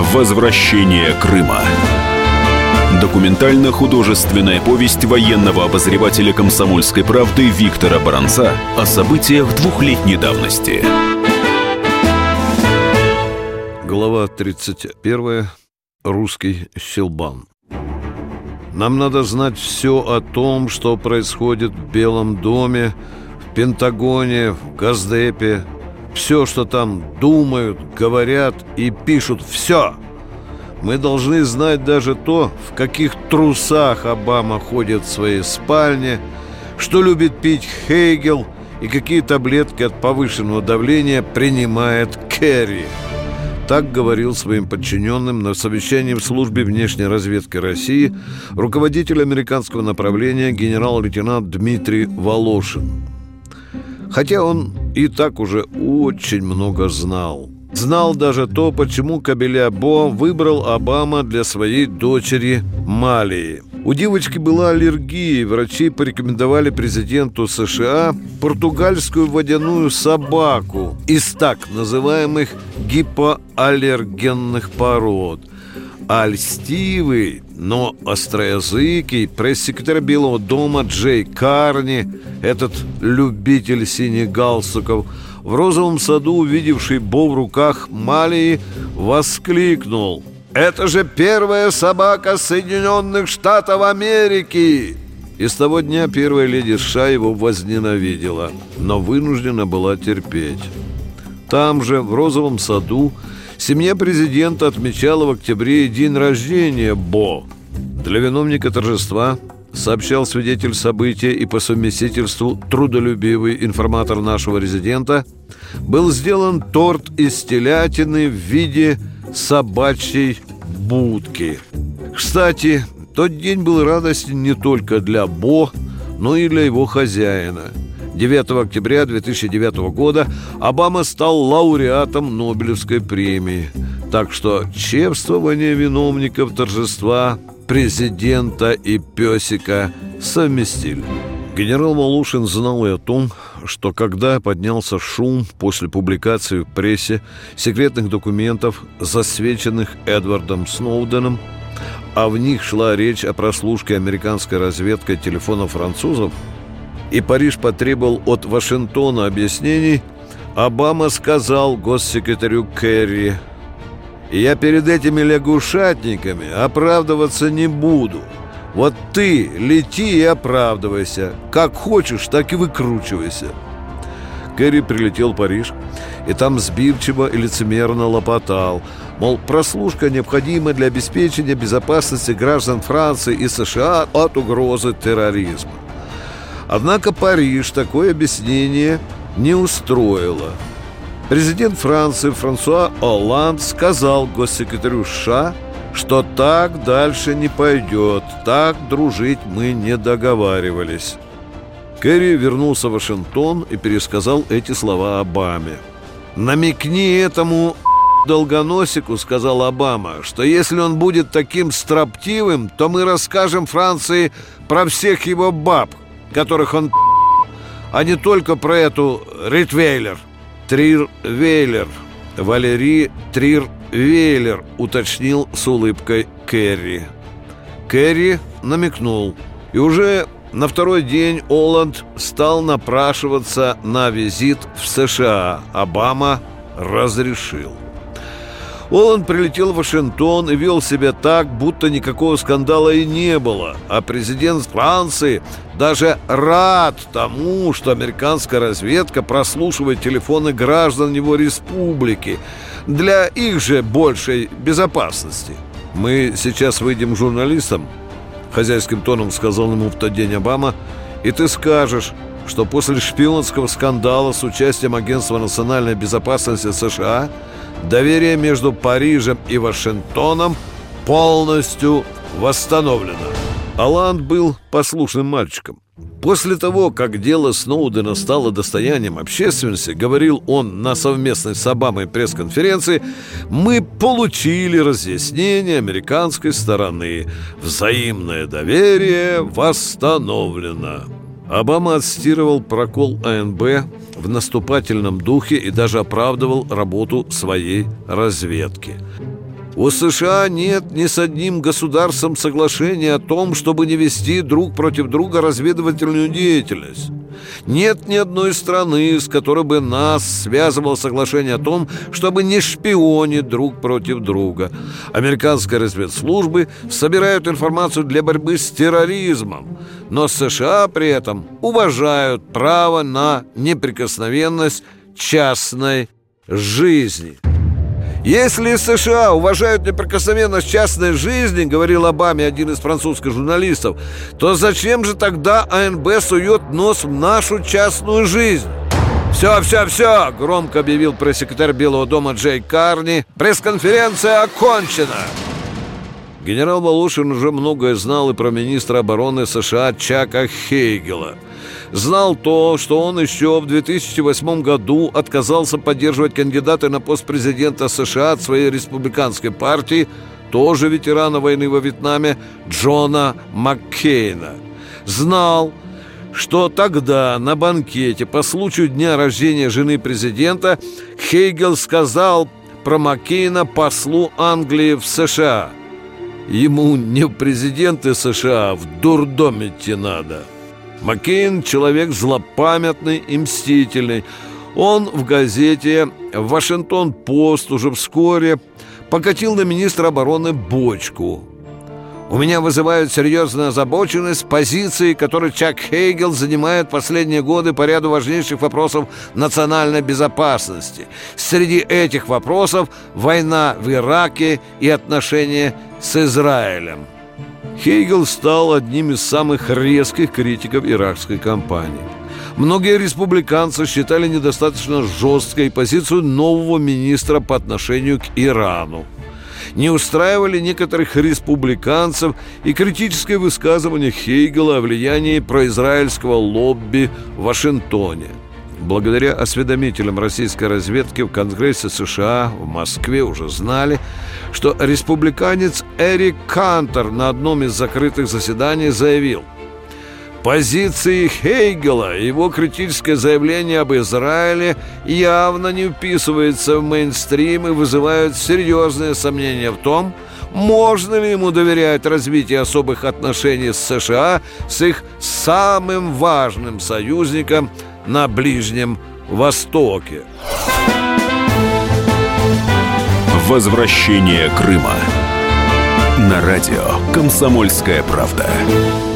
Возвращение Крыма. Документально-художественная повесть военного обозревателя «Комсомольской правды» Виктора Баранца о событиях двухлетней давности. Глава 31. Русский щелбан. Нам надо знать все о том, что происходит в Белом доме, в Пентагоне, в Госдепе. Все, что там думают, говорят и пишут. Все! Мы должны знать даже то, в каких трусах Обама ходит в своей спальне, что любит пить Хейгел и какие таблетки от повышенного давления принимает Керри. Так говорил своим подчиненным на совещании в службе внешней разведки России руководитель американского направления генерал-лейтенант Дмитрий Волошин. Хотя он и так уже очень много знал. Знал даже то, почему Кабеля Бо выбрал Обама для своей дочери Малии. У девочки была аллергия, и врачи порекомендовали президенту США португальскую водяную собаку из так называемых гипоаллергенных пород. А льстивый, но остроязыкий пресс-секретарь Белого дома Джей Карни, этот любитель синих галстуков, в розовом саду, увидевший Бо в руках Малии, воскликнул: «Это же первая собака Соединенных Штатов Америки!» И с того дня первая леди США его возненавидела, но вынуждена была терпеть. Там же, в розовом саду, семья президента отмечала в октябре день рождения Бо. Для виновника торжества, сообщал свидетель события и по совместительству трудолюбивый информатор нашего резидента, был сделан торт из телятины в виде собачьей будки. Кстати, тот день был радостен не только для Бо, но и для его хозяина. 9 октября 2009 года Обама стал лауреатом Нобелевской премии. Так что чествование виновников торжества президента и песика совместили. Генерал Волошин знал и о том, что когда поднялся шум после публикации в прессе секретных документов, засвеченных Эдвардом Сноуденом, а в них шла речь о прослушке американской разведкой телефонов французов, и Париж потребовал от Вашингтона объяснений, Обама сказал госсекретарю Керри: «Я перед этими лягушатниками оправдываться не буду. Вот ты лети и оправдывайся. Как хочешь, так и выкручивайся». Керри прилетел в Париж, и там сбивчиво и лицемерно лопотал, мол, прослушка необходима для обеспечения безопасности граждан Франции и США от угрозы терроризма. Однако Париж такое объяснение не устроило. Президент Франции Франсуа Олланд сказал госсекретарю США, что так дальше не пойдет, так дружить мы не договаривались. Керри вернулся в Вашингтон и пересказал эти слова Обаме. «Намекни этому долгоносику, — сказал Обама, — что если он будет таким строптивым, то мы расскажем Франции про всех его баб, которых он а не только про эту Ритвейлер». «Трир-Вейлер, Валери Трир-Вейлер», уточнил с улыбкой Керри. Керри намекнул, и уже на второй день Олланд стал напрашиваться на визит в США. Обама разрешил. Олланд прилетел в Вашингтон и вел себя так, будто никакого скандала и не было, а президент Франции даже рад тому, что американская разведка прослушивает телефоны граждан его республики для их же большей безопасности. «Мы сейчас выйдем к журналистам», — хозяйским тоном сказал ему в тот день Обама, «и ты скажешь, что после шпионского скандала с участием Агентства национальной безопасности США доверие между Парижем и Вашингтоном полностью восстановлено». Олланд был послушным мальчиком. После того, как дело Сноудена стало достоянием общественности, говорил он на совместной с Обамой пресс-конференции, мы получили разъяснение американской стороны. Взаимное доверие восстановлено. Обама отстирывал прокол АНБ в наступательном духе и даже оправдывал работу своей разведки. У США нет ни с одним государством соглашения о том, чтобы не вести друг против друга разведывательную деятельность. Нет ни одной страны, с которой бы нас связывало соглашение о том, чтобы не шпионить друг против друга. Американские разведслужбы собирают информацию для борьбы с терроризмом, но США при этом уважают право на неприкосновенность частной жизни. «Если США уважают неприкосновенность частной жизни, — говорил Обаме один из французских журналистов, — то зачем же тогда АНБ сует нос в нашу частную жизнь?» «Все!» — громко объявил пресс-секретарь Белого дома Джей Карни. «Пресс-конференция окончена!» Генерал Волошин уже многое знал и про министра обороны США Чака Хейгела. Знал то, что он еще в 2008 году отказался поддерживать кандидата на пост президента США от своей республиканской партии, тоже ветерана войны во Вьетнаме, Джона Маккейна. Знал, что тогда на банкете по случаю дня рождения жены президента Хейгел сказал про Маккейна послу Англии в США: «Ему не в президенты США, а в дурдом идти надо». Маккейн – человек злопамятный и мстительный. Он в газете «Вашингтон-Пост» уже вскоре покатил на министра обороны бочку. «У меня вызывают серьезную озабоченность позиции, которые Чак Хейгел занимает последние годы по ряду важнейших вопросов национальной безопасности. Среди этих вопросов война в Ираке и отношения с Израилем». Хейгел стал одним из самых резких критиков иракской кампании. Многие республиканцы считали недостаточно жесткой позицию нового министра по отношению к Ирану. Не устраивали некоторых республиканцев и критическое высказывание Хейгела о влиянии произраильского лобби в Вашингтоне. Благодаря осведомителям российской разведки в Конгрессе США в Москве уже знали, что республиканец Эрик Кантер на одном из закрытых заседаний заявил: «Позиции Хейгела и его критическое заявление об Израиле явно не вписываются в мейнстрим и вызывают серьезные сомнения в том, можно ли ему доверять развитию особых отношений с США, с их самым важным союзником на Ближнем Востоке». Возвращение Крыма. На радио «Комсомольская правда».